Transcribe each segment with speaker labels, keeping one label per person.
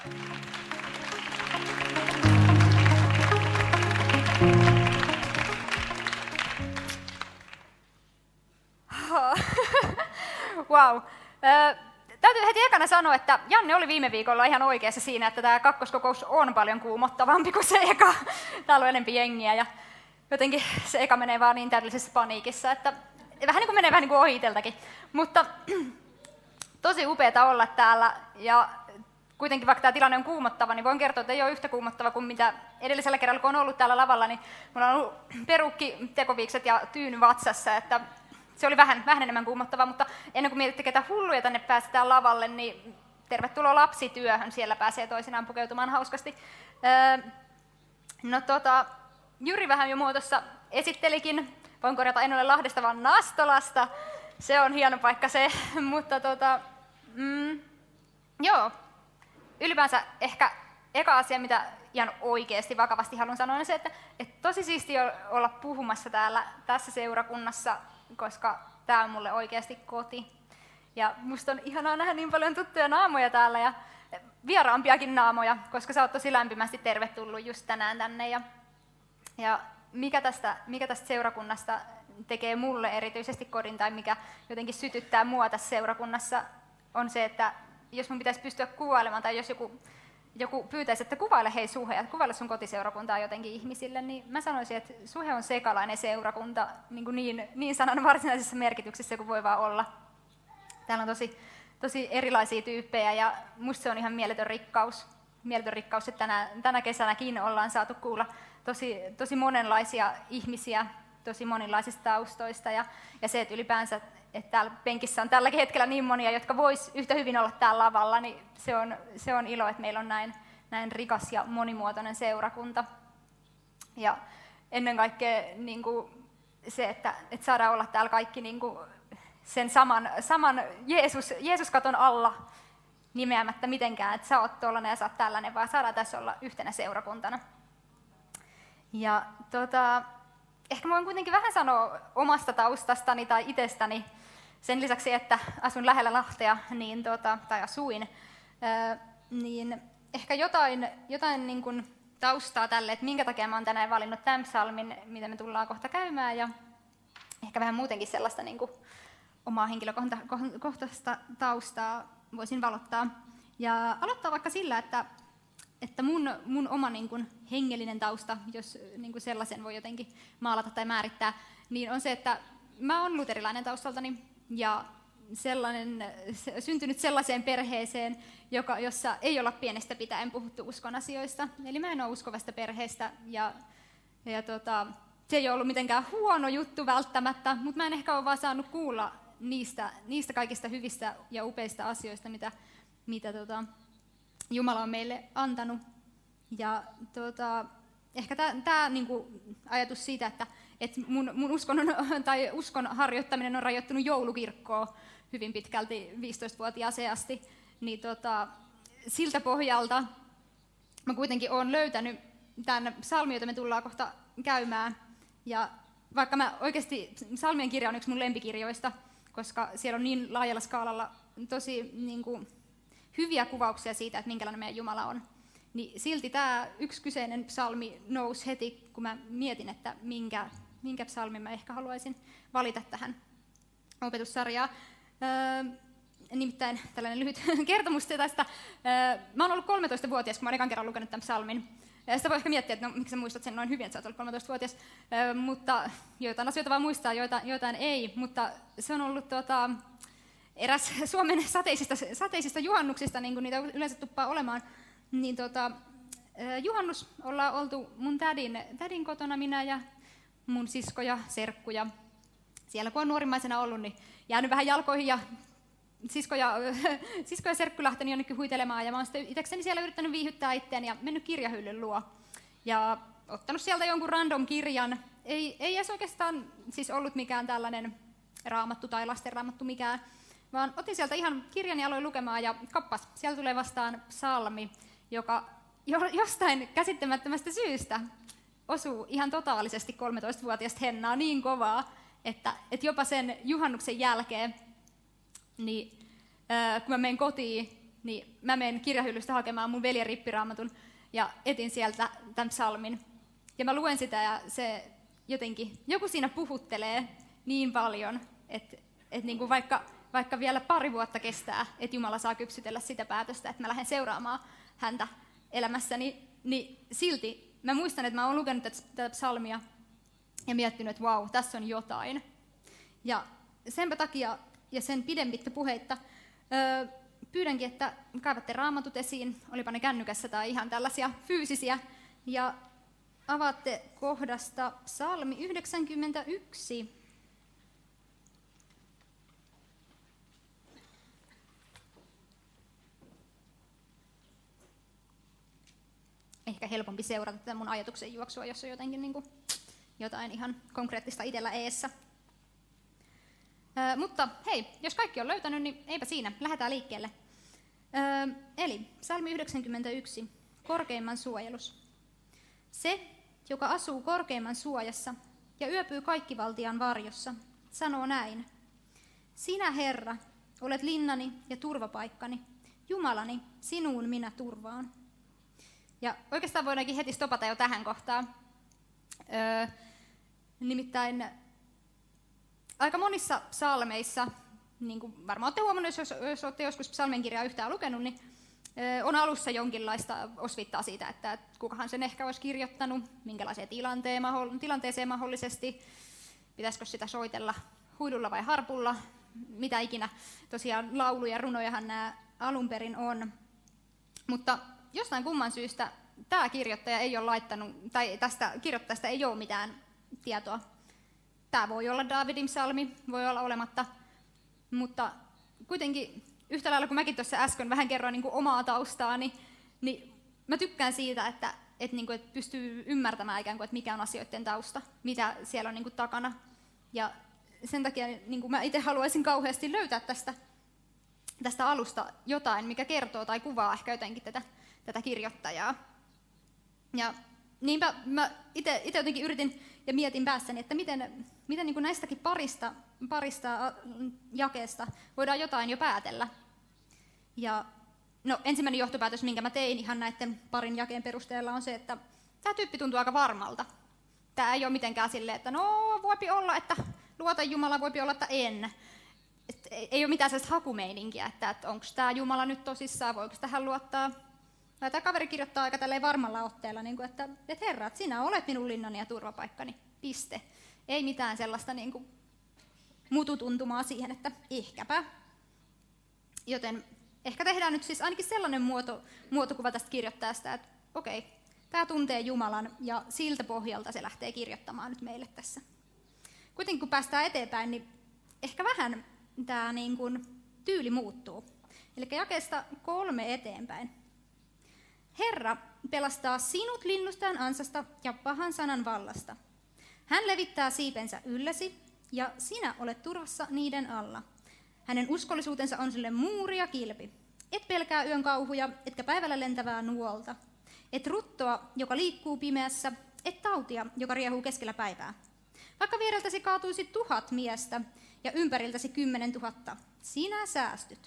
Speaker 1: Wow. Täytyy heti ekana sanoa, että Janne oli viime viikolla ihan oikeassa siinä, että tämä kakkoskokous on paljon kuumottavampi kuin se eka. Täällä on enemmän jengiä ja jotenkin se eka menee vaan niin täydellisessä paniikissa, että menee vähän niin kuin ohi itseltäkin. Mutta tosi upeata olla täällä ja kuitenkin vaikka tämä tilanne on kuumottava, niin voin kertoa, että ei ole yhtä kuumottava kuin mitä edellisellä kerralla, kun on ollut täällä lavalla, niin mulla on ollut perukki, tekoviikset ja tyyny vatsassa, että se oli vähän enemmän kuumottava, mutta ennen kuin mietitte, ketä hulluja tänne päästään lavalle, niin tervetuloa lapsityöhön, siellä pääsee toisinaan pukeutumaan hauskasti. Jyri vähän jo muotossa esittelikin, voin korjata, en ole Lahdesta, vaan Nastolasta, se on hieno paikka se, mutta joo, ylipäänsä ehkä eka asia, mitä ihan oikeasti vakavasti haluan sanoa, on se, että tosi siistiä olla puhumassa tässä seurakunnassa, koska tämä on mulle oikeasti koti. Ja musta on ihanaa nähdä niin paljon tuttuja naamoja täällä ja vieraampiakin naamoja, koska sä oot tosi lämpimästi tervetullut just tänään tänne. Ja mikä tästä seurakunnasta tekee mulle erityisesti kodin tai mikä jotenkin sytyttää mua tässä seurakunnassa, on se, että jos mun pitäisi pystyä kuvailemaan tai jos joku pyytäisi, että kuvaile hei Suhe, että kuvaile sun kotiseurakuntaa jotenkin ihmisille, niin mä sanoisin, että Suhe on sekalainen seurakunta niin sanan varsinaisessa merkityksessä kuin voi vaan olla. Täällä on tosi erilaisia tyyppejä ja musta se on ihan mieletön rikkaus, että tänä kesänäkin ollaan saatu kuulla tosi monenlaisia ihmisiä, tosi monenlaisista taustoista ja se, että ylipäänsä että täällä penkissä on tälläkin hetkellä niin monia, jotka vois yhtä hyvin olla täällä lavalla, niin se on ilo, että meillä on näin rikas ja monimuotoinen seurakunta. Ja ennen kaikkea niin kuin se, että saadaan olla täällä kaikki niin kuin sen saman Jeesus-katon alla nimeämättä mitenkään, että sä oot tollainen ja sä oot tällainen, vaan saadaan tässä olla yhtenä seurakuntana. Ja ehkä mä voin kuitenkin vähän sanoa omasta taustastani tai itsestäni, sen lisäksi, että asun lähellä Lahtea, tai asuin, niin ehkä jotain niin kuin taustaa tälle, että minkä takia mä oon tänään valinnut tämän psalmin, mitä me tullaan kohta käymään, ja ehkä vähän muutenkin sellaista niin kuin omaa henkilökohtaista taustaa voisin valottaa. Ja aloittaa vaikka sillä, että mun oma niin kuin hengellinen tausta, jos niin kuin sellaisen voi jotenkin maalata tai määrittää, niin on se, että mä oon luterilainen taustaltani ja syntynyt sellaiseen perheeseen, jossa ei olla pienestä pitäen puhuttu uskon asioista. Eli mä en ole uskovasta perheestä ja se ei ole ollut mitenkään huono juttu välttämättä, mutta mä en ehkä ole vaan saanut kuulla niistä kaikista hyvistä ja upeista asioista, mitä Jumala on meille antanut. Ja ehkä tämä niinku ajatus siitä, että mun uskon harjoittaminen on rajoittunut joulukirkkoon hyvin pitkälti 15-vuotiaaseen asti, niin siltä pohjalta mä kuitenkin olen löytänyt tämän psalmin, jota me tullaan kohta käymään. Ja vaikka mä oikeasti, psalmien kirja on yksi mun lempikirjoista, koska siellä on niin laajalla skaalalla tosi niin hyviä kuvauksia siitä, että minkälainen meidän Jumala on, niin silti tämä yksi kyseinen psalmi nousi heti, kun mä mietin, että minkä psalmin mä ehkä haluaisin valita tähän opetussarjaan. Nimittäin tällainen lyhyt kertomus tästä. Mä oon ollut 13-vuotias, kun mä oon ekan kerran lukenut tämän psalmin. Ja sitä voi ehkä miettiä, että miksi sä muistat sen noin hyvin, että sä oot ollut 13-vuotias. Mutta joitain asioita vaan muistaa, joitain ei. Mutta se on ollut eräs Suomen sateisista juhannuksista, niin kuin niitä yleensä tuppaa olemaan. Niin juhannus ollaan oltu mun tädin kotona, minä ja mun sisko ja serkku. Ja siellä kun on nuorimmaisena ollut, niin jäänyt vähän jalkoihin ja sisko ja serkku lähteni jonnekin huitelemaan. Ja mä oon sitten itsekseni siellä yrittänyt viihyttää itseäni ja mennyt kirjahyllyn luo. Ja ottanut sieltä jonkun random kirjan. Ei edes oikeastaan siis ollut mikään tällainen raamattu tai lastenraamattu mikään, vaan otin sieltä ihan kirjan ja aloin lukemaan ja kappas, siellä tulee vastaan psalmi, joka jostain käsittämättömästä syystä osuu ihan totaalisesti 13-vuotiaasta Hennaa niin kovaa, että jopa sen juhannuksen jälkeen, niin kun mä menen kotiin niin mä menen kirjahyllystä hakemaan mun veljen rippiraamatun ja etin sieltä tämän psalmin. Ja mä luen sitä ja se jotenkin, joku siinä puhuttelee niin paljon, että niin kuin vaikka vielä 2 vuotta kestää, että Jumala saa kypsytellä sitä päätöstä, että mä lähden seuraamaan häntä elämässäni, niin silti mä muistan, että mä oon lukenut tätä psalmia ja miettinyt, että vau, tässä on jotain. Ja senpä takia ja sen pidemmittä puheitta pyydänkin, että kaivatte raamatut esiin, olipa ne kännykässä tai ihan tällaisia fyysisiä, ja avaatte kohdasta psalmi 91. Ehkä helpompi seurata tätä mun ajatuksen juoksua, jos on jotenkin niin kuin jotain ihan konkreettista itsellä eessä. Mutta hei, jos kaikki on löytänyt, niin eipä siinä, lähdetään liikkeelle. Eli psalmi 91, korkeimman suojelus. Se, joka asuu korkeimman suojassa ja yöpyy kaikkivaltiaan varjossa, sanoo näin. Sinä, Herra, olet linnani ja turvapaikkani, Jumalani, sinuun minä turvaan. Ja oikeastaan voidaankin heti stopata jo tähän kohtaan. Nimittäin aika monissa psalmeissa, niin kuin varmaan olette huomannut, jos olette joskus psalmenkirjaa yhtään lukenut, niin on alussa jonkinlaista osvittaa siitä, että kukahan sen ehkä olisi kirjoittanut, minkälaiseen tilanteeseen mahdollisesti, pitäisikö sitä soitella huidulla vai harpulla, mitä ikinä. Tosiaan lauluja ja runojahan nämä alun perin on. Mutta jostain kumman syystä tämä kirjoittaja ei ole laittanut, tai tästä kirjoittajasta ei ole mitään tietoa. Tämä voi olla Daavidin psalmi, voi olla olematta, mutta kuitenkin yhtä lailla kuin mäkin tuossa äsken vähän kerroin niin kuin omaa taustaani, niin mä tykkään siitä, että pystyy ymmärtämään ikään kuin, että mikä on asioiden tausta, mitä siellä on niin kuin takana. Ja sen takia niin kuin mä itse haluaisin kauheasti löytää tästä alusta jotain, mikä kertoo tai kuvaa ehkä jotenkin tätä kirjoittajaa. Ja niinpä mä itse jotenkin yritin ja mietin päässäni, että miten niin kuin näistäkin parista jakeesta voidaan jotain jo päätellä. Ja no, ensimmäinen johtopäätös, minkä mä tein ihan näiden parin jakeen perusteella, on se, että tämä tyyppi tuntuu aika varmalta. Tämä ei ole mitenkään silleen, että no voipi olla, että luota Jumala, voipi olla, että en. Ei ole mitään sellaista hakumeininkiä, että onko tämä Jumala nyt tosissaan, voiko tähän luottaa. Tämä kaveri kirjoittaa aika tälleen varmalla otteella, niin kuin, että Herra, että sinä olet minun linnani ja turvapaikkani, piste. Ei mitään sellaista niin kuin mututuntumaa siihen, että ehkäpä. Joten ehkä tehdään nyt siis ainakin sellainen muotokuva tästä kirjoittajasta, että okei, tämä tuntee Jumalan ja siltä pohjalta se lähtee kirjoittamaan nyt meille tässä. Kuitenkin kun päästään eteenpäin, niin ehkä vähän tämä niin kuin tyyli muuttuu. Eli jakeesta 3 eteenpäin. Herra pelastaa sinut linnustaan ansasta ja pahan sanan vallasta. Hän levittää siipensä ylläsi, ja sinä olet turvassa niiden alla. Hänen uskollisuutensa on sille muuri ja kilpi. Et pelkää yön kauhuja, etkä päivällä lentävää nuolta. Et ruttoa, joka liikkuu pimeässä, et tautia, joka riehuu keskellä päivää. Vaikka viereltäsi kaatuisi 1000 miestä ja ympäriltäsi 10 000, sinä säästyt.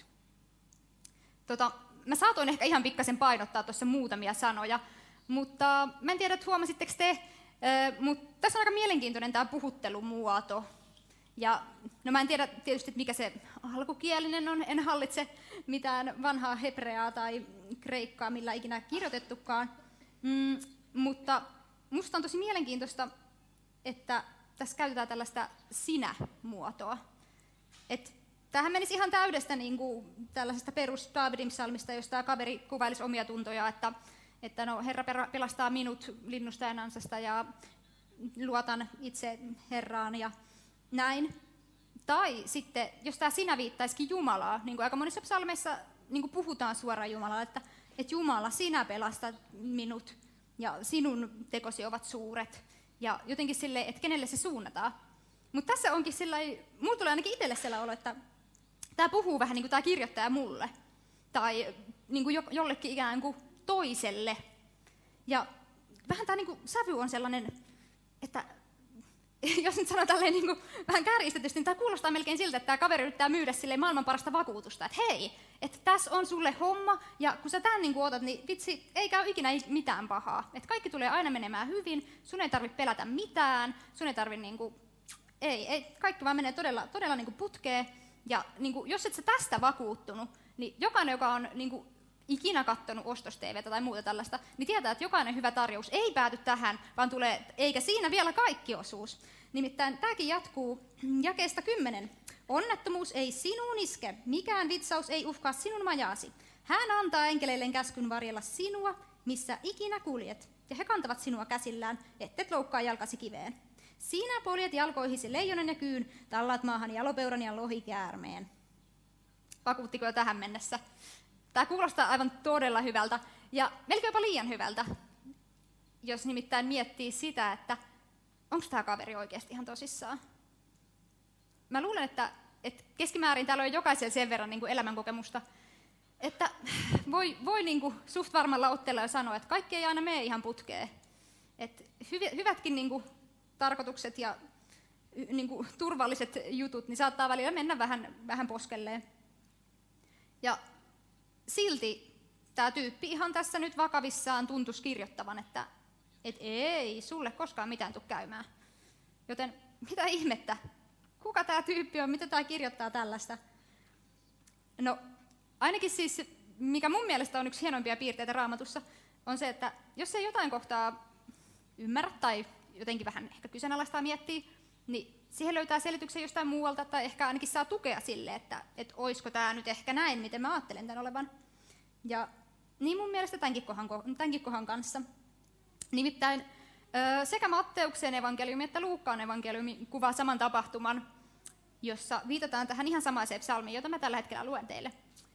Speaker 1: Mä saatoin ehkä ihan pikkasen painottaa tuossa muutamia sanoja, mutta mä en tiedä, että huomasitteko te, mutta tässä on aika mielenkiintoinen tämä puhuttelumuoto. Ja no mä en tiedä tietysti, mikä se alkukielinen on, en hallitse mitään vanhaa hebreaa tai kreikkaa, millä ikinä kirjoitettukaan, mutta musta on tosi mielenkiintoista, että tässä käytetään tällaista sinä-muotoa. Tämähän menisi ihan täydestä niin kuin tällaisesta perus Daavidin psalmista, josta tämä kaveri kuvailisi omia tuntoja, että no, Herra pelastaa minut linnustajan ansasta ja luotan itse Herraan ja näin. Tai sitten, jos tämä sinä viittaisikin Jumalaa, niin kuin aika monissa psalmeissa niin kuin puhutaan suoraan Jumalaa, että Jumala, sinä pelastat minut ja sinun tekosi ovat suuret. Ja jotenkin silleen, että kenelle se suunnataan. Mutta tässä onkin sellainen, mulla tulee ainakin itselle sellainen olo, että tämä puhuu vähän niin kuin tämä kirjoittaja mulle. Tai niin kuin jollekin ikään kuin toiselle. Ja vähän tämä niin kuin sävy on sellainen, että jos nyt sanoo tälleen niin kuin vähän kärjistetysti, niin tämä kuulostaa melkein siltä, että tämä kaveri yrittää myydä silleen maailman parasta vakuutusta. Että hei, että tässä on sulle homma, ja kun sä tämän niin otat, niin vitsi, ei käy ikinä mitään pahaa. Että kaikki tulee aina menemään hyvin, sun ei tarvitse pelätä mitään, sun ei tarvitse, niin kuin, ei, kaikki vaan menee todella niin kuin putkeen. Ja niin kuin, jos et sä tästä vakuuttunut, niin jokainen, joka on niin kuin, ikinä katsonut ostos-TVtä tai muuta tällaista, niin tietää, että jokainen hyvä tarjous ei pääty tähän, vaan tulee, eikä siinä vielä kaikki osuus. Nimittäin tämäkin jatkuu jakeesta 10. Onnettomuus ei sinuun iske, mikään vitsaus ei uhkaa sinun majaasi. Hän antaa enkeleilleen käskyn varjella sinua, missä ikinä kuljet, ja he kantavat sinua käsillään, ettet loukkaa jalkasi kiveen. Sinä poljet jalkoihisi leijonan ja kyyn, tallaat maahan jalopeuran ja lohikäärmeen. Vakuuttiko jo tähän mennessä? Tämä kuulostaa aivan todella hyvältä, ja melkein jopa liian hyvältä, jos nimittäin miettii sitä, että onko tämä kaveri oikeasti ihan tosissaan. Mä luulen, että keskimäärin täällä on jokaisella sen verran niin kuin elämänkokemusta, että voi niin kuin suht varmalla otteella jo sanoa, että kaikki ei aina mene ihan putkeen. Että hyvätkin niin kuin tarkoitukset ja niin kuin turvalliset jutut niin saattaa välillä mennä vähän poskelleen. Ja silti tämä tyyppi ihan tässä nyt vakavissaan tuntuisi kirjoittavan, että ei sulle koskaan mitään tule käymään. Joten mitä ihmettä? Kuka tämä tyyppi on? Mitä tämä kirjoittaa tällaista? No, ainakin siis, mikä mun mielestä on yksi hienoimpia piirteitä Raamatussa, on se, että jos ei jotain kohtaa ymmärrä tai jotenkin vähän ehkä kyseenalaistaa miettii, niin siihen löytää selityksen jostain muualta tai ehkä ainakin saa tukea sille, että olisiko tämä nyt ehkä näin, miten mä ajattelen tämän olevan. Ja niin mun mielestä tämänkin kohan kanssa. Nimittäin sekä Matteuksen evankeliumi että Luukkaan evankeliumi kuvaa saman tapahtuman, jossa viitataan tähän ihan samaiseen psalmiin, jota mä tällä hetkellä luen teille.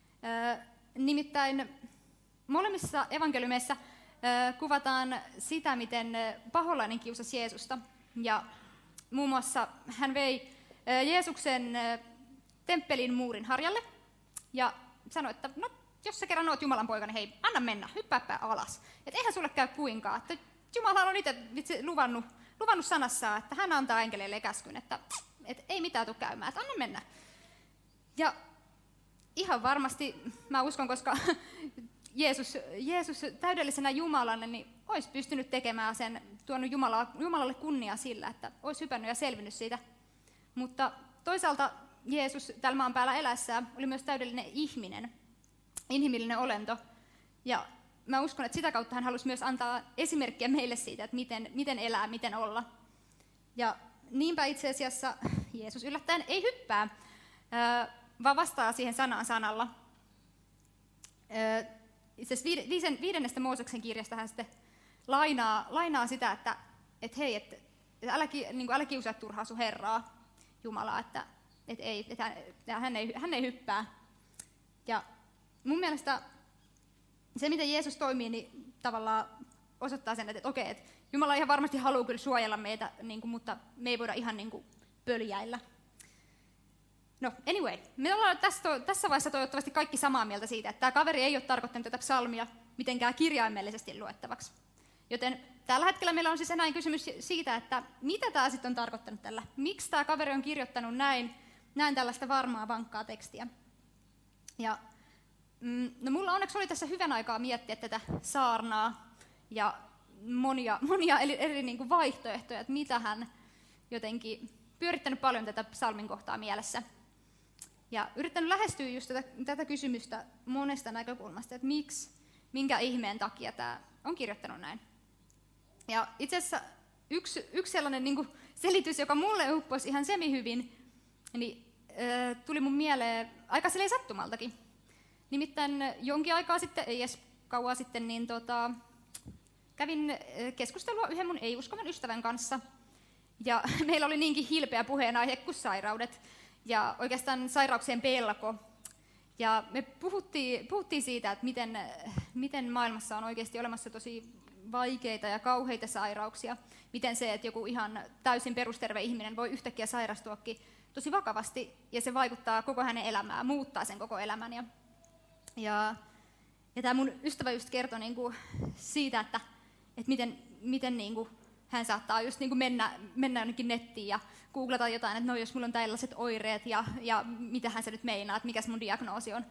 Speaker 1: Nimittäin molemmissa evankeliumeissa kuvataan sitä, miten paholainen kiusasi Jeesusta. Ja muun muassa hän vei Jeesuksen temppelin muurin harjalle ja sanoi, että no, jos sä kerran oot Jumalan poika, niin hei, anna mennä, hyppääpä alas. Et eihän sulle käy kuinkaan. Että Jumala on itse luvannut sanassaan, että hän antaa enkeleille käskyn, että ei mitään tule käymään, että anna mennä. Ja ihan varmasti, mä uskon, koska Jeesus täydellisenä Jumalana niin olisi pystynyt tekemään sen, tuonut Jumalalle kunnia sillä, että olisi hypännyt ja selvinnyt siitä. Mutta toisaalta Jeesus tällä maan päällä eläessään oli myös täydellinen ihminen, inhimillinen olento. Ja mä uskon, että sitä kautta hän halusi myös antaa esimerkkiä meille siitä, että miten elää, miten olla. Ja niinpä itse asiassa Jeesus yllättäen ei hyppää, vaan vastaa siihen sanaan sanalla. Itse asiassa 5. Mooseksen kirjasta hän sitten lainaa sitä, että hei, älä kiusaa turhaa sun Herraa, Jumalaa, että hän ei hyppää. Ja mun mielestä se, miten Jeesus toimii, niin tavallaan osoittaa sen, että okei, että Jumala ihan varmasti haluaa kyllä suojella meitä, niin kuin, mutta me ei voida ihan niin kuin pöljäillä. No, anyway, me ollaan tässä vaiheessa toivottavasti kaikki samaa mieltä siitä, että tämä kaveri ei ole tarkoittanut tätä psalmia mitenkään kirjaimellisesti luettavaksi. Joten tällä hetkellä meillä on siis enää kysymys siitä, että mitä tämä sitten on tarkoittanut tällä. Miksi tämä kaveri on kirjoittanut näin tällaista varmaa, vankkaa tekstiä. Ja no, mulla onneksi oli tässä hyvän aikaa miettiä tätä saarnaa ja monia eri niin kuin vaihtoehtoja, että mitä hän jotenkin pyörittänyt paljon tätä psalmin kohtaa mielessä. Ja yrittänyt lähestyä just tätä kysymystä monesta näkökulmasta, että minkä ihmeen takia tämä on kirjoittanut näin. Ja itse asiassa yksi sellainen niin kuin selitys, joka mulle upposi ihan semihyvin, niin tuli mun mieleen aika silleen sattumaltakin. Nimittäin jonkin aikaa sitten, ei edes kauan sitten, niin kävin keskustelua yhden mun ei-uskovan ystävän kanssa. Ja meillä oli niinkin hilpeä puheenaihe kuin sairaudet ja oikeastaan sairauksien pelko. Ja me puhuttiin siitä, että miten maailmassa on oikeasti olemassa tosi vaikeita ja kauheita sairauksia. Miten se, että joku ihan täysin perusterve ihminen voi yhtäkkiä sairastuakin tosi vakavasti ja se vaikuttaa koko hänen elämään, muuttaa sen koko elämän. Ja tämä mun ystävä just kertoi niinku siitä, että miten niinku hän saattaa just niinku mennä jonnekin nettiin ja googlata jotain, että no jos mulla on tällaiset oireet ja mitähän se nyt meinaa, että mikäs mun diagnoosi on.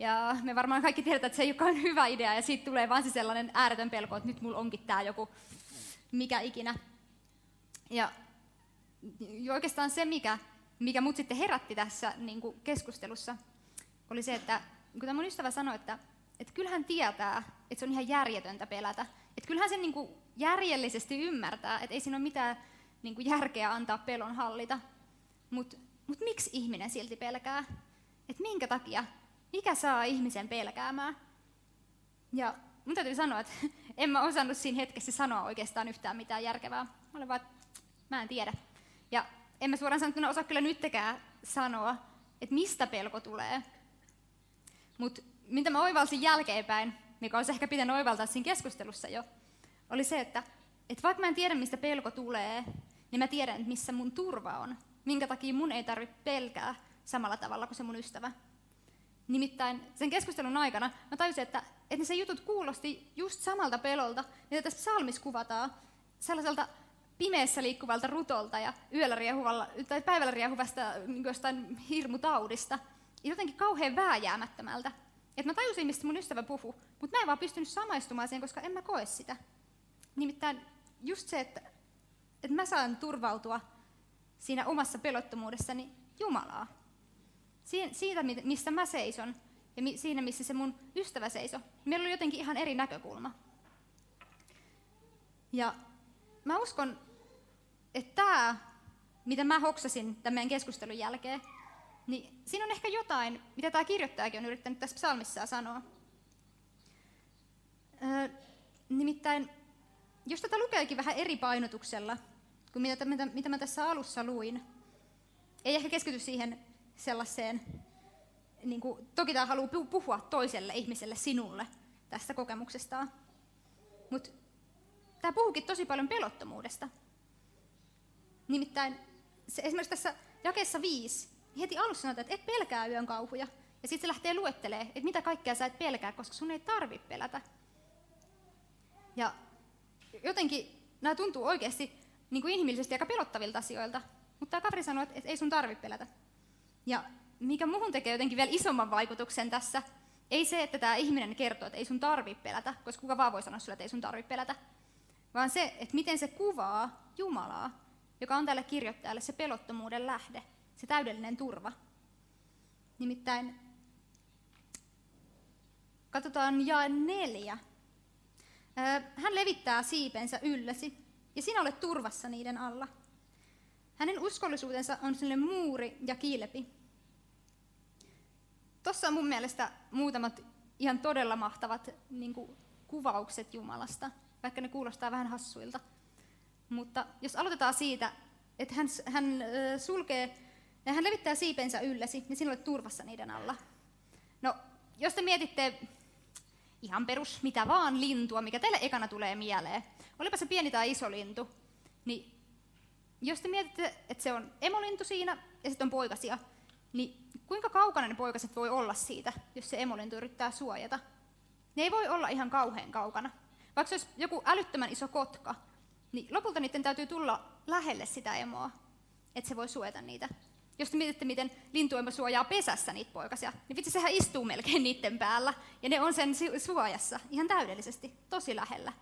Speaker 1: Ja me varmaan kaikki tiedetään, että se ei olekaan hyvä idea, ja siitä tulee vaan se sellainen ääretön pelko, että nyt mulla onkin tää joku mikä ikinä. Ja oikeastaan se, mikä mut sitten herätti tässä niin kuin keskustelussa, oli se, että kun tämä mun ystävä sanoi, että kyllähän tietää, että se on ihan järjetöntä pelätä. Että kyllähän se niin kuin järjellisesti ymmärtää, että ei siinä ole mitään niin kuin järkeä antaa pelon hallita. Mut miksi ihminen silti pelkää? Että minkä takia? Mikä saa ihmisen pelkäämään? Ja mun täytyy sanoa, että en mä osannut siinä hetkessä sanoa oikeastaan yhtään mitään järkevää. Mä olin vaan, että mä en tiedä. Ja en mä suoraan sanottuna osaa kyllä nytkään sanoa, että mistä pelko tulee. Mutta mitä mä oivalsin jälkeenpäin, mikä olisi ehkä pitänyt oivaltaa siinä keskustelussa jo, oli se, että vaikka mä en tiedä, mistä pelko tulee, niin mä tiedän, että missä mun turva on. Minkä takia mun ei tarvitse pelkää samalla tavalla kuin se mun ystävä. Nimittäin sen keskustelun aikana mä tajusin, että ne se jutut kuulosti just samalta pelolta, mitä tässä psalmissa kuvataan, sellaiselta pimeässä liikkuvalta rutolta ja yöllä riehuvalla, tai päivällä riehuvasta jostain hirmutaudista, jotenkin kauhean vääjäämättömältä. Että mä tajusin, mistä mun ystävä puhui, mutta mä en vaan pystynyt samaistumaan siihen, koska en mä koe sitä. Nimittäin just se, että mä saan turvautua siinä omassa pelottomuudessani Jumalaa. Siitä, missä mä seison, ja siinä, missä se mun ystävä seisoi. Meillä oli jotenkin ihan eri näkökulma. Ja mä uskon, että tämä, mitä mä hoksasin tämän meidän keskustelun jälkeen, niin siinä on ehkä jotain, mitä tämä kirjoittajakin on yrittänyt tässä psalmissaan sanoa. Nimittäin, jos tätä lukeekin vähän eri painotuksella kuin mitä mä tässä alussa luin, ei ehkä keskity siihen sellaiseen, niin kuin, toki tämä haluaa puhua toiselle ihmiselle, sinulle, tästä kokemuksestaan. Mutta tämä puhuukin tosi paljon pelottomuudesta. Nimittäin se, esimerkiksi tässä jakeessa 5, heti alussa sanotaan, että et pelkää yön kauhuja. Ja sitten se lähtee luettelemaan, että mitä kaikkea sä et pelkää, koska sun ei tarvitse pelätä. Ja jotenkin nämä tuntuu oikeasti niin kuin inhimillisesti aika pelottavilta asioilta. Mutta tämä kaveri sanoo, että ei sun tarvitse pelätä. Ja mikä muhun tekee jotenkin vielä isomman vaikutuksen tässä, ei se, että tämä ihminen kertoo, että ei sun tarvitse pelätä, koska kuka vaan voi sanoa sulle, että ei sun tarvitse pelätä, vaan se, että miten se kuvaa Jumalaa, joka on tälle kirjoittajalle se pelottomuuden lähde, se täydellinen turva. Nimittäin, katsotaan jae 4. Hän levittää siipensä ylläsi, ja sinä olet turvassa niiden alla. Hänen uskollisuutensa on sille muuri ja kilpi. Tuossa on mun mielestä muutamat ihan todella mahtavat niin kuin, kuvaukset Jumalasta, vaikka ne kuulostaa vähän hassuilta. Mutta jos aloitetaan siitä, että hän levittää siipensä ylläsi, niin sinä olet turvassa niiden alla. No, jos te mietitte ihan perus mitä vaan lintua, mikä teille ekana tulee mieleen, olipa se pieni tai iso lintu, niin jos te mietitte, että se on emolintu siinä ja sitten on poikasia, niin kuinka kaukana ne poikaset voi olla siitä, jos se emolintu yrittää suojata? Ne ei voi olla ihan kauhean kaukana. Vaikka se olisi joku älyttömän iso kotka, niin lopulta niiden täytyy tulla lähelle sitä emoa, että se voi suojata niitä. Jos te mietitte, miten lintuemo suojaa pesässä niitä poikasia, niin vitsi sehän istuu melkein niiden päällä, ja ne on sen suojassa ihan täydellisesti, tosi lähellä.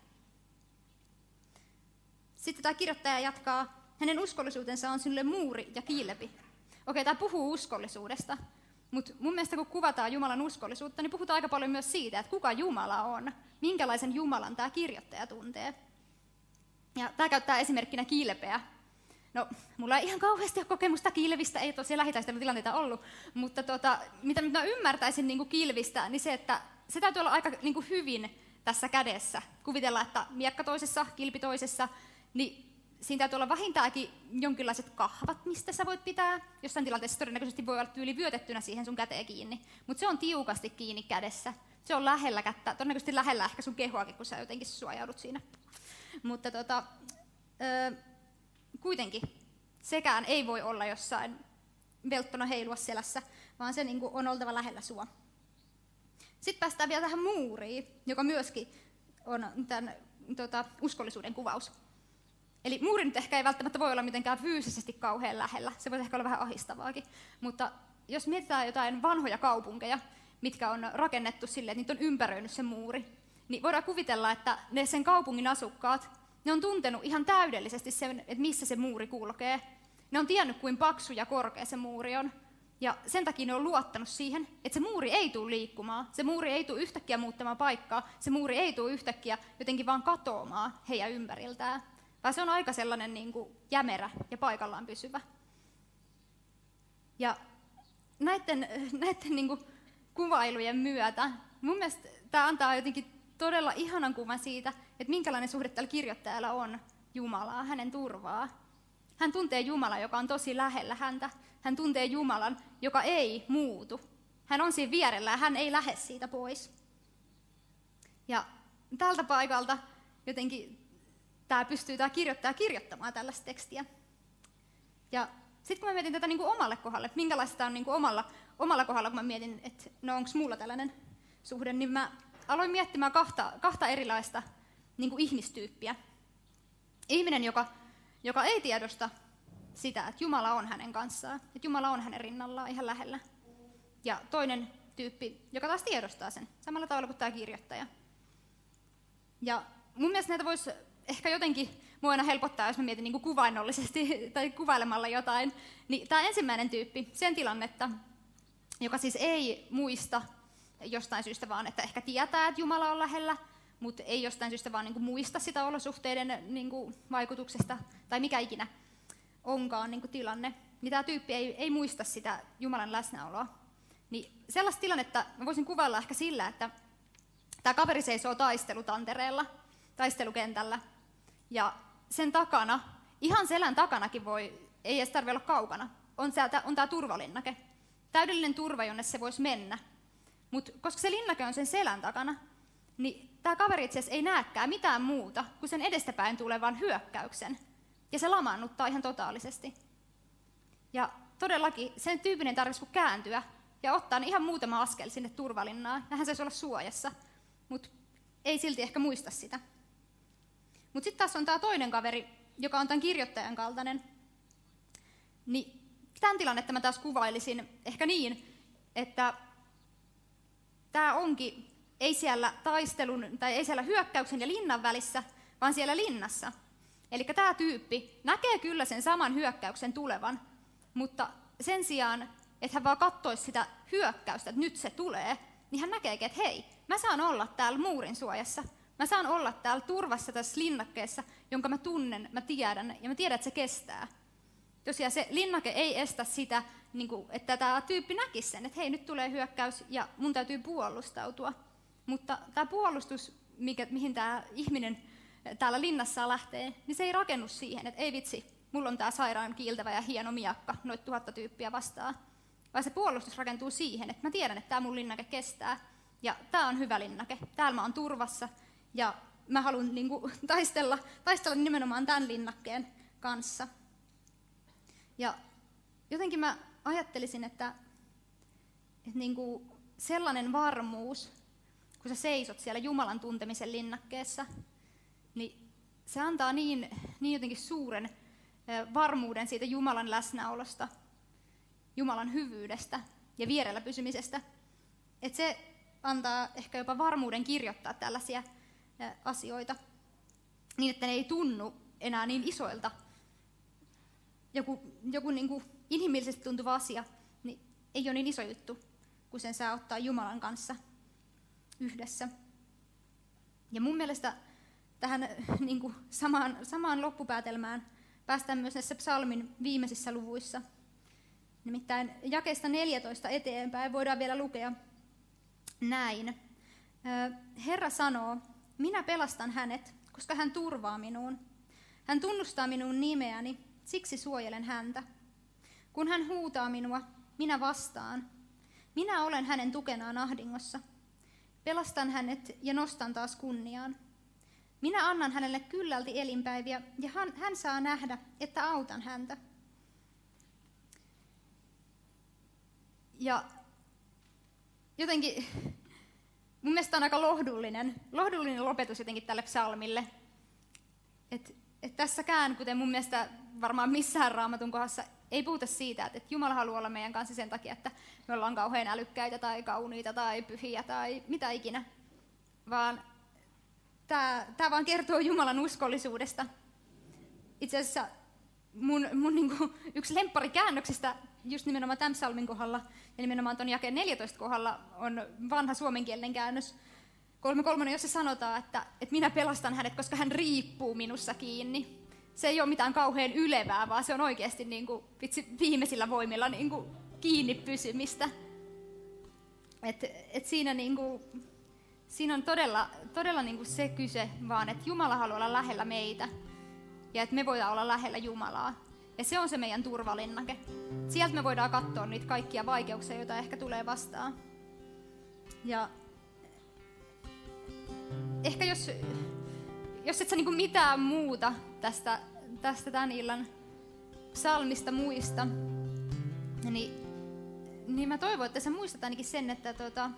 Speaker 1: Sitten tämä kirjoittaja jatkaa, hänen uskollisuutensa on sinulle muuri ja kilpi. Okei, tämä puhuu uskollisuudesta, mutta mun mielestä kun kuvataan Jumalan uskollisuutta, niin puhutaan aika paljon myös siitä, että kuka Jumala on, minkälaisen Jumalan tämä kirjoittaja tuntee. Ja tämä käyttää esimerkkinä kilpeä. No, mulla ei ihan kauheasti ole kokemusta kilvistä, ei tosiaan lähitaistelutilanteita ollut, mutta mitä mä ymmärtäisin niin kuin kilvistä, niin se, että se täytyy olla aika niin kuin hyvin tässä kädessä. Kuvitellaan, että miekka toisessa, kilpi toisessa, niin siinä täytyy olla vähintäänkin jonkinlaiset kahvat, mistä sä voit pitää. Jossain tilanteessa todennäköisesti voi olla tyyli vyötettynä siihen sun käteen kiinni, mutta se on tiukasti kiinni kädessä. Se on lähellä kättä, todennäköisesti lähellä ehkä sun kehoakin, kun sä jotenkin suojaudut siinä. Mutta kuitenkin sekään ei voi olla jossain velttona heilua selässä, vaan se niin kuin on oltava lähellä sua. Sitten päästään vielä tähän muuriin, joka myöskin on tämän uskollisuuden kuvaus. Eli muuri nyt ehkä ei välttämättä voi olla mitenkään fyysisesti kauhean lähellä, se voi ehkä olla vähän ahdistavaakin. Mutta jos mietitään jotain vanhoja kaupunkeja, mitkä on rakennettu silleen, että niitä on ympäröinyt se muuri, niin voidaan kuvitella, että ne sen kaupungin asukkaat, ne on tuntenut ihan täydellisesti sen, että missä se muuri kulkee. Ne on tiennyt, kuin paksu ja korkea se muuri on. Ja sen takia ne on luottanut siihen, että se muuri ei tule liikkumaan, se muuri ei tule yhtäkkiä muuttamaan paikkaa, se muuri ei tule yhtäkkiä jotenkin vaan katoamaan heidän ympäriltään, vaan se on aika sellainen niin kuin jämerä ja paikallaan pysyvä. Ja näiden niin kuin kuvailujen myötä mun mielestä tämä antaa jotenkin todella ihanan kuvan siitä, että minkälainen suhde tällä kirjoittajalla on Jumalaa, hänen turvaa. Hän tuntee Jumalan, joka on tosi lähellä häntä. Hän tuntee Jumalan, joka ei muutu. Hän on siinä vierellä ja hän ei lähde siitä pois. Ja tältä paikalta jotenkin tämä kirjoittaja kirjoittamaan tällaista tekstiä. Ja sitten kun mä mietin tätä niin kuin omalle kohdalle, että minkälaista on niin kuin omalla kohdalla, kun mä mietin, että no onko mulla tällainen suhde, niin mä aloin miettimään kahta erilaista niin kuin ihmistyyppiä. Ihminen, joka ei tiedosta sitä, että Jumala on hänen kanssaan, että Jumala on hänen rinnallaan ihan lähellä. Ja toinen tyyppi, joka taas tiedostaa sen, samalla tavalla kuin tämä kirjoittaja. Ja mun mielestä näitä voisi ehkä jotenkin mua aina helpottaa, jos mä mietin niin kuin kuvainnollisesti tai kuvailemalla jotain. Niin tämä ensimmäinen tyyppi, sen tilannetta, joka siis ei muista jostain syystä vaan, että ehkä tietää, että Jumala on lähellä, mutta ei jostain syystä vaan niin kuin muista sitä olosuhteiden niin kuin vaikutuksesta, tai mikä ikinä onkaan niin kuin tilanne, niin tämä tyyppi ei muista sitä Jumalan läsnäoloa. Niin sellaista tilannetta mä voisin kuvailla ehkä sillä, että tämä kaveri seisoo taistelutantereella, taistelukentällä, ja sen takana, ihan selän takanakin ei edes tarvitse olla kaukana, on tämä turvalinnake. Täydellinen turva, jonne se voisi mennä. Mutta koska se linnake on sen selän takana, niin tämä kaveri itse asiassa ei näekään mitään muuta kuin sen edestäpäin tulevan hyökkäyksen. Ja se lamaannuttaa ihan totaalisesti. Ja todellakin sen tyyppinen tarvitsisi kääntyä ja ottaa ihan muutama askel sinne turvalinnaan. Ja hän saisi olla suojassa, mutta ei silti ehkä muista sitä. Mutta sitten taas on tämä toinen kaveri, joka on tämän kirjoittajan kaltainen. Niin tämän tilannetta mä taas kuvailisin ehkä niin, että tämä onkin ei siellä taistelun tai ei siellä hyökkäyksen ja linnan välissä, vaan siellä linnassa. Eli tämä tyyppi näkee kyllä sen saman hyökkäyksen tulevan, mutta sen sijaan, että hän vaan katsoisi sitä hyökkäystä, että nyt se tulee, niin hän näkeekin, että hei, mä saan olla täällä muurin suojassa. Mä saan olla täällä turvassa tässä linnakkeessa, jonka mä tunnen, mä tiedän, ja mä tiedän, että se kestää. Tosiaan se linnake ei estä sitä, että tämä tyyppi näkisi sen, että hei, nyt tulee hyökkäys ja mun täytyy puolustautua. Mutta tämä puolustus, mihin tämä ihminen täällä linnassa lähtee, niin se ei rakennu siihen, että ei vitsi, mulla on tämä sairaan kiiltävä ja hieno miakka noita 1000 tyyppiä vastaan. Vaan se puolustus rakentuu siihen, että mä tiedän, että tämä mun linnake kestää. Ja tämä on hyvä linnake, täällä mä oon turvassa ja mä haluan taistella nimenomaan tämän linnakkeen kanssa. Ja jotenkin mä ajattelisin, että sellainen varmuus, kun sä seisot siellä Jumalan tuntemisen linnakkeessa, niin se antaa niin jotenkin suuren varmuuden siitä Jumalan läsnäolosta, Jumalan hyvyydestä ja vierellä pysymisestä, että se antaa ehkä jopa varmuuden kirjoittaa tällaisia asioita niin, että ne ei tunnu enää niin isoilta. Joku inhimillisesti tuntuva asia niin ei ole niin iso juttu, kun sen saa ottaa Jumalan kanssa yhdessä. Ja mun mielestä tähän samaan loppupäätelmään päästään myös näissä psalmin viimeisissä luvuissa. Nimittäin jakeesta 14 eteenpäin voidaan vielä lukea näin. Herra sanoo, minä pelastan hänet, koska hän turvaa minuun. Hän tunnustaa minun nimeäni, siksi suojelen häntä. Kun hän huutaa minua, minä vastaan. Minä olen hänen tukenaan ahdingossa. Pelastan hänet ja nostan taas kunniaan. Minä annan hänelle kyllälti elinpäiviä ja hän saa nähdä, että autan häntä. Ja jotenkin mun mielestä on aika lohdullinen lopetus jotenkin tälle psalmille. Et tässäkään, kuten mun mielestä varmaan missään Raamatun kohdassa ei puhuta siitä, että Jumala haluaa olla meidän kanssa sen takia, että me ollaan kauhean älykkäitä tai kauniita tai pyhiä tai mitä ikinä, vaan tämä vaan kertoo Jumalan uskollisuudesta. Itse asiassa mun niinku yksi lempparikäännöksistä just nimenomaan tämän psalmin kohdalla ja nimenomaan tuon jakeen 14 kohdalla on vanha suomenkielinen käännös 3.3, jossa sanotaan, että minä pelastan hänet, koska hän riippuu minussa kiinni. Se ei ole mitään kauhean ylevää, vaan se on oikeasti niinku, viimeisillä voimilla niinku, kiinni pysymistä. Et siinä, niinku, siinä on todella niinku se kyse vaan, että Jumala haluaa olla lähellä meitä ja että me voidaan olla lähellä Jumalaa. Ja se on se meidän turvalinnake. Sieltä me voidaan katsoa niitä kaikkia vaikeuksia, joita ehkä tulee vastaan. Ja ehkä jos et sä niinku mitään muuta tästä tämän illan psalmista muista, niin mä toivon, että sä muistat ainakin sen, että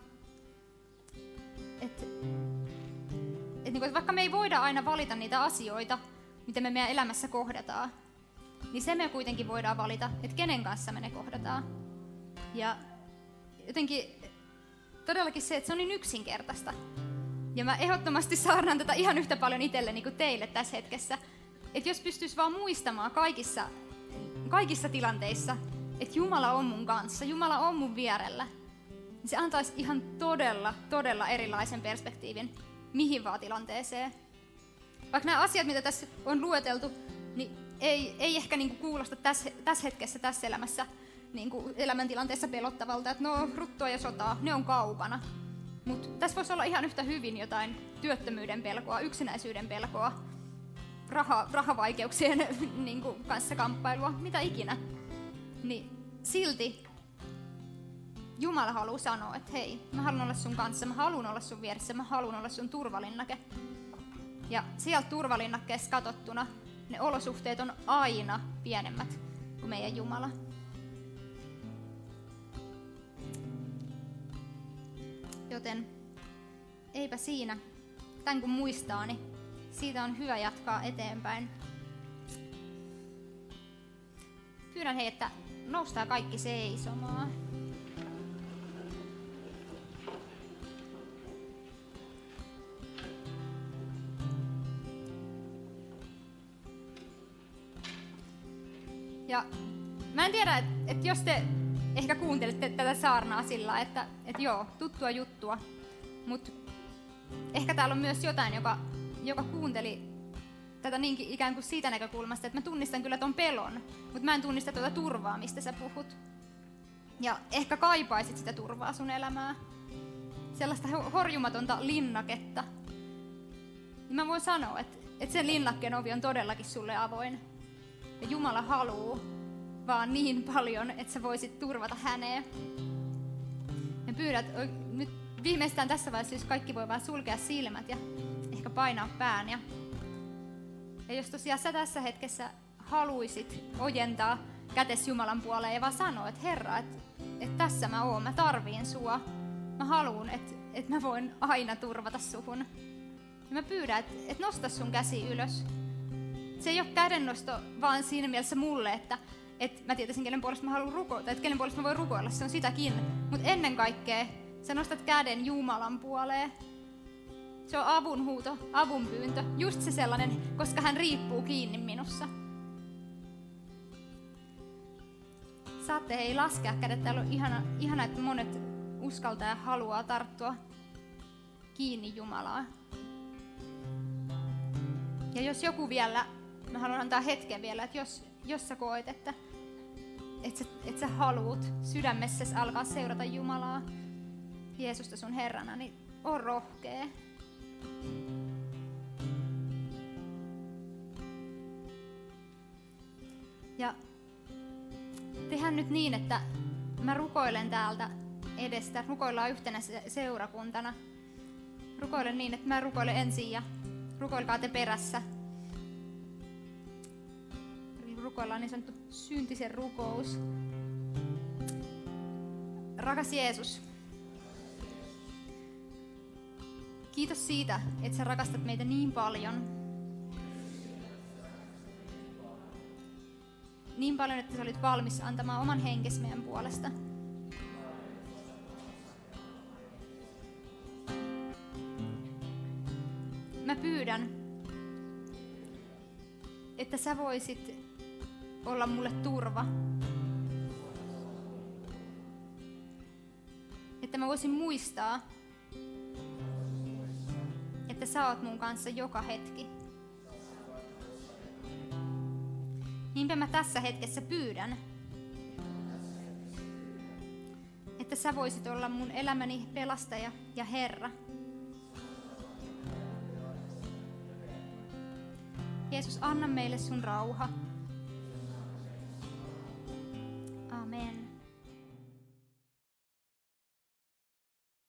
Speaker 1: niinku, vaikka me ei voida aina valita niitä asioita, mitä me meidän elämässä kohdataan, niin se me kuitenkin voidaan valita, että kenen kanssa me ne kohdataan. Ja jotenkin todellakin se, että se on niin yksinkertaista. Ja mä ehdottomasti saarnaan tätä ihan yhtä paljon itselleni kuin teille tässä hetkessä. Että jos pystyisi vaan muistamaan kaikissa tilanteissa, että Jumala on mun kanssa, Jumala on mun vierellä, niin se antaisi ihan todella erilaisen perspektiivin mihin vaan tilanteeseen. Vaikka nämä asiat, mitä tässä on lueteltu, niin ei ehkä niinku kuulosta tässä hetkessä, tässä elämässä, niinku elämäntilanteessa pelottavalta, että no ruttoa ja sotaa, ne on kaukana. Mutta tässä voisi olla ihan yhtä hyvin jotain työttömyyden pelkoa, yksinäisyyden pelkoa, rahavaikeuksien niinku, kanssa kamppailua, mitä ikinä. Niin silti Jumala haluaa sanoa, että hei, mä haluan olla sun kanssa, mä haluan olla sun vieressä, mä haluan olla sun turvalinnake. Ja sieltä turvalinnakkeessa katsottuna ne olosuhteet on aina pienemmät kuin meidän Jumala. Joten eipä siinä. Tän kun muistaa, niin siitä on hyvä jatkaa eteenpäin. Pyydän hei, että noustaan kaikki seisomaan. Ja mä en tiedä, että jos te ehkä kuuntelette tätä saarnaa sillä, että joo, tuttua juttua, mutta ehkä täällä on myös jotain, joka kuunteli tätä niinkin ikään kuin siitä näkökulmasta, että mä tunnistan kyllä ton pelon, mutta mä en tunnista tuota turvaa, mistä sä puhut. Ja ehkä kaipaisit sitä turvaa sun elämää, sellaista horjumatonta linnaketta. Ja mä voin sanoa, että sen linnakkeen ovi on todellakin sulle avoin. Ja Jumala haluaa vaan niin paljon, että sä voisit turvata häneen. Ja pyydät nyt viimeistään tässä vaiheessa, jos kaikki voi vaan sulkea silmät ja ehkä painaa pään. Ja jos tosiaan sä tässä hetkessä haluisit ojentaa kätes Jumalan puoleen ja vaan sanoa, että Herra, että tässä mä oon, mä tarviin sua. Mä haluun, että mä voin aina turvata suhun. Ja mä pyydän, että nosta sun käsi ylös. Se ei ole kädennosto vaan siinä mielessä mulle, että mä tietäisin, kenen puolesta mä haluan rukoilla, tai kenen puolesta mä voin rukoilla, se on sitäkin. Mutta ennen kaikkea sä nostat käden Jumalan puoleen. Se on avunhuuto, avunpyyntö, just se sellainen, koska hän riippuu kiinni minussa. Saatte hei laskea kädet, täällä on ihana, että monet uskaltaa ja haluaa tarttua kiinni Jumalaa. Ja jos joku vielä, mä haluan antaa hetken vielä, että jos sä koet, että sä haluut sydämessäsi alkaa seurata Jumalaa, Jeesusta sun Herrana, niin on rohkea. Ja tehdään nyt niin, että mä rukoilen täältä edestä, rukoillaan yhtenä seurakuntana. Rukoilen niin, että mä rukoilen ensin ja rukoilkaa te perässä. Rukoillaan niin sanottu syntisen rukous. Rakas Jeesus, kiitos siitä, että sä rakastat meitä niin paljon. niin paljon, että sä olit valmis antamaan oman henkesi meidän puolesta. Mä pyydän, että sä voisit olla mulle turva. Että mä voisin muistaa, että sä oot mun kanssa joka hetki. Niinpä mä tässä hetkessä pyydän, että sä voisit olla mun elämäni pelastaja ja Herra. Jeesus, anna meille sun rauha.